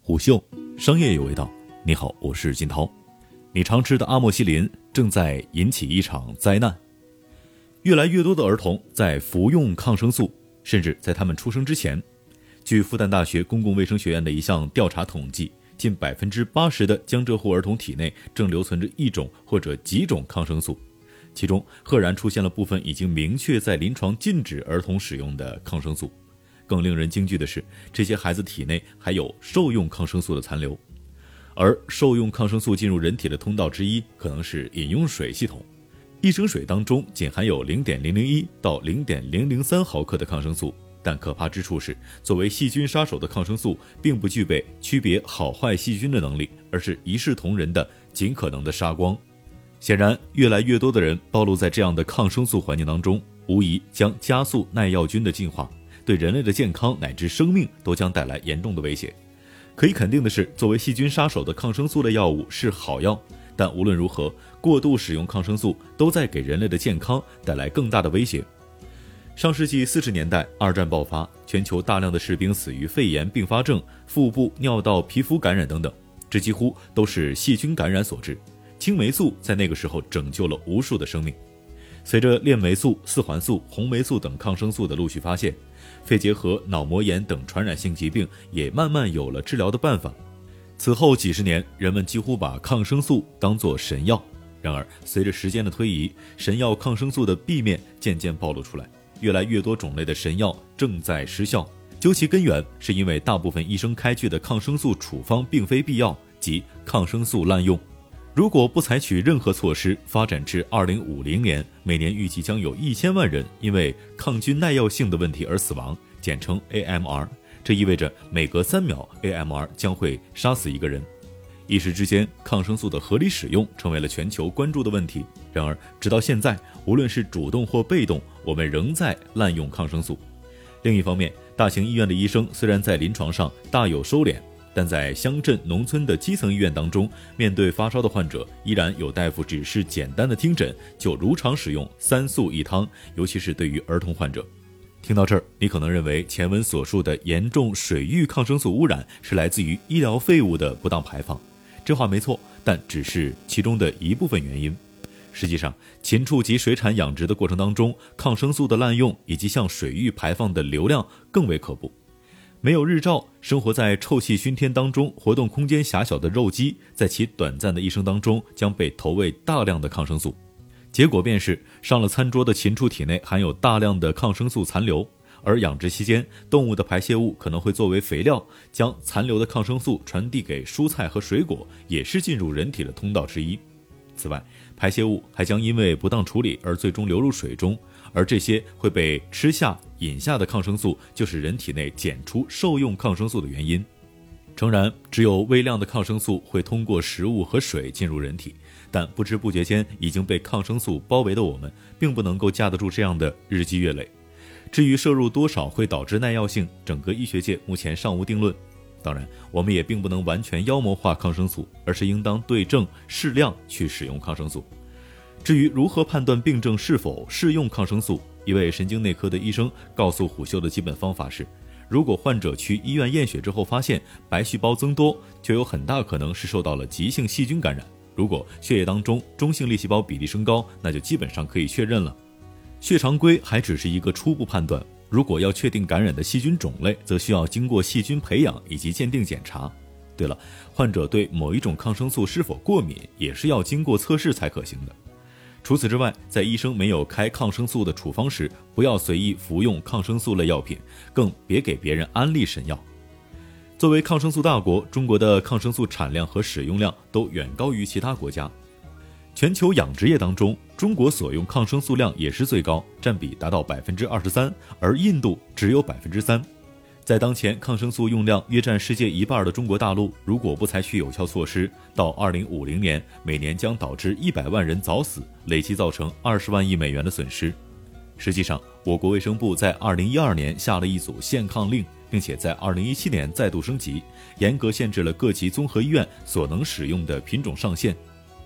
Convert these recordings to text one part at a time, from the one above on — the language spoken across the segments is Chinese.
虎嗅，商业有味道。你好，我是金涛。你常吃的阿莫西林正在引起一场灾难。越来越多的儿童在服用抗生素，甚至在他们出生之前。据复旦大学公共卫生学院的一项调查统计，近80%的江浙沪儿童体内正留存着一种或者几种抗生素，其中赫然出现了部分已经明确在临床禁止儿童使用的抗生素。更令人惊惧的是，这些孩子体内还有受用抗生素的残留。而受用抗生素进入人体的通道之一，可能是饮用水系统。一升水当中仅含有 0.001 到 0.003 毫克的抗生素，但可怕之处是，作为细菌杀手的抗生素并不具备区别好坏细菌的能力，而是一视同仁的尽可能的杀光。显然，越来越多的人暴露在这样的抗生素环境当中，无疑将加速耐药菌的进化，对人类的健康乃至生命都将带来严重的威胁。可以肯定的是，作为细菌杀手的抗生素类药物是好药，但无论如何，过度使用抗生素都在给人类的健康带来更大的威胁。上世纪40年代，二战爆发，全球大量的士兵死于肺炎并发症、腹部、尿道、皮肤感染等等，这几乎都是细菌感染所致。青霉素在那个时候拯救了无数的生命。随着链霉素、四环素、红霉素等抗生素的陆续发现，肺结核、脑膜炎等传染性疾病也慢慢有了治疗的办法。此后几十年，人们几乎把抗生素当作神药。然而，随着时间的推移，神药抗生素的弊面渐渐暴露出来，越来越多种类的神药正在失效。究其根源，是因为大部分医生开具的抗生素处方并非必要，即抗生素滥用。如果不采取任何措施，发展至2050年，每年预计将有1000万人因为抗菌耐药性的问题而死亡，简称 AMR。这意味着每隔3秒 AMR 将会杀死一个人。一时之间，抗生素的合理使用成为了全球关注的问题。然而，直到现在，无论是主动或被动，我们仍在滥用抗生素。另一方面，大型医院的医生虽然在临床上大有收敛，但在乡镇、农村的基层医院当中，面对发烧的患者，依然有大夫只是简单的听诊就如常使用3素1汤，尤其是对于儿童患者。听到这儿，你可能认为前文所述的严重水域抗生素污染是来自于医疗废物的不当排放。这话没错，但只是其中的一部分原因。实际上，禽畜及水产养殖的过程当中，抗生素的滥用以及向水域排放的流量更为可怖。没有日照，生活在臭气熏天当中，活动空间狭小的肉鸡，在其短暂的一生当中将被投喂大量的抗生素，结果便是上了餐桌的禽畜体内含有大量的抗生素残留，而养殖期间动物的排泄物可能会作为肥料，将残留的抗生素传递给蔬菜和水果，也是进入人体的通道之一。此外，排泄物还将因为不当处理而最终流入水中，而这些会被吃下、饮下的抗生素，就是人体内检出受用抗生素的原因。诚然，只有微量的抗生素会通过食物和水进入人体，但不知不觉间已经被抗生素包围的我们，并不能够架得住这样的日积月累。至于摄入多少会导致耐药性，整个医学界目前尚无定论。当然，我们也并不能完全妖魔化抗生素，而是应当对症适量去使用抗生素。至于如何判断病症是否适用抗生素，一位神经内科的医生告诉虎嗅的基本方法是，如果患者去医院验血之后发现白细胞增多，就有很大可能是受到了急性细菌感染。如果血液当中中性粒细胞比例升高，那就基本上可以确认了。血常规还只是一个初步判断，如果要确定感染的细菌种类，则需要经过细菌培养以及鉴定检查。对了，患者对某一种抗生素是否过敏，也是要经过测试才可行的。除此之外，在医生没有开抗生素的处方时，不要随意服用抗生素类药品，更别给别人安利神药。作为抗生素大国，中国的抗生素产量和使用量都远高于其他国家。全球养殖业当中，中国所用抗生素量也是最高，占比达到 23%， 而印度只有 3%。在当前抗生素用量约占世界一半的中国大陆，如果不采取有效措施，到2050年，每年将导致100万人早死，累计造成20万亿美元的损失。实际上，我国卫生部在2012年下了一组限抗令，并且在2017年再度升级，严格限制了各级综合医院所能使用的品种上限。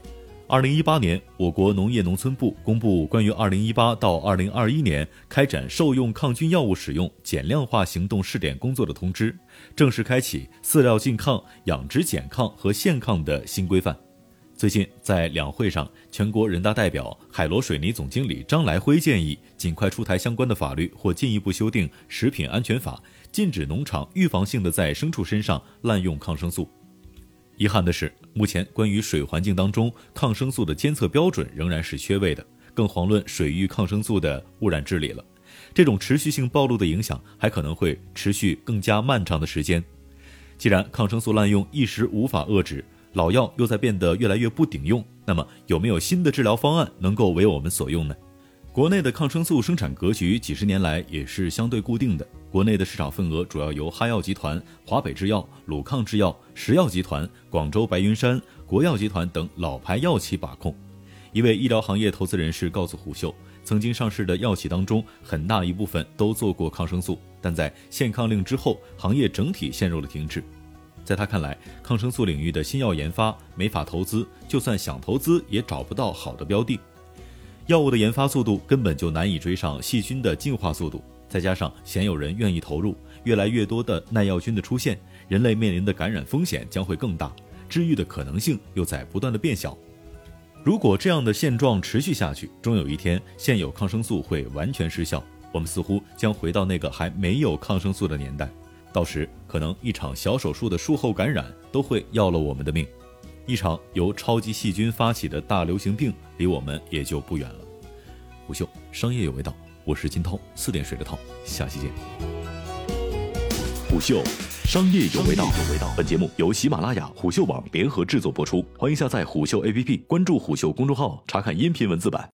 2018年，我国农业农村部公布关于2018到2021年开展兽用抗菌药物使用减量化行动试点工作的通知，正式开启饲料禁抗、养殖减抗和限抗的新规范。最近在两会上，全国人大代表海螺水泥总经理张来辉建议尽快出台相关的法律或进一步修订食品安全法，禁止农场预防性的在牲畜身上滥用抗生素。遗憾的是，目前关于水环境当中抗生素的监测标准仍然是缺位的，更遑论水域抗生素的污染治理了。这种持续性暴露的影响还可能会持续更加漫长的时间。既然抗生素滥用一时无法遏制，老药又在变得越来越不顶用，那么有没有新的治疗方案能够为我们所用呢？国内的抗生素生产格局几十年来也是相对固定的，国内的市场份额主要由哈药集团、华北制药、鲁抗制药、石药集团、广州白云山、国药集团等老牌药企把控。一位医疗行业投资人士告诉虎嗅，曾经上市的药企当中，很大一部分都做过抗生素，但在限抗令之后，行业整体陷入了停滞。在他看来，抗生素领域的新药研发没法投资，就算想投资也找不到好的标的。药物的研发速度根本就难以追上细菌的进化速度，再加上鲜有人愿意投入，越来越多的耐药菌的出现，人类面临的感染风险将会更大，治愈的可能性又在不断的变小。如果这样的现状持续下去，终有一天现有抗生素会完全失效，我们似乎将回到那个还没有抗生素的年代。到时可能一场小手术的术后感染都会要了我们的命，一场由超级细菌发起的大流行病离我们也就不远了。虎嗅商业有味道，我是金涛，4点水的涛，下期见。 虎嗅商业有味道，本节目由喜马拉雅、虎嗅网联合制作播出，欢迎下载虎嗅 APP， 关注虎嗅公众号，查看音频文字版。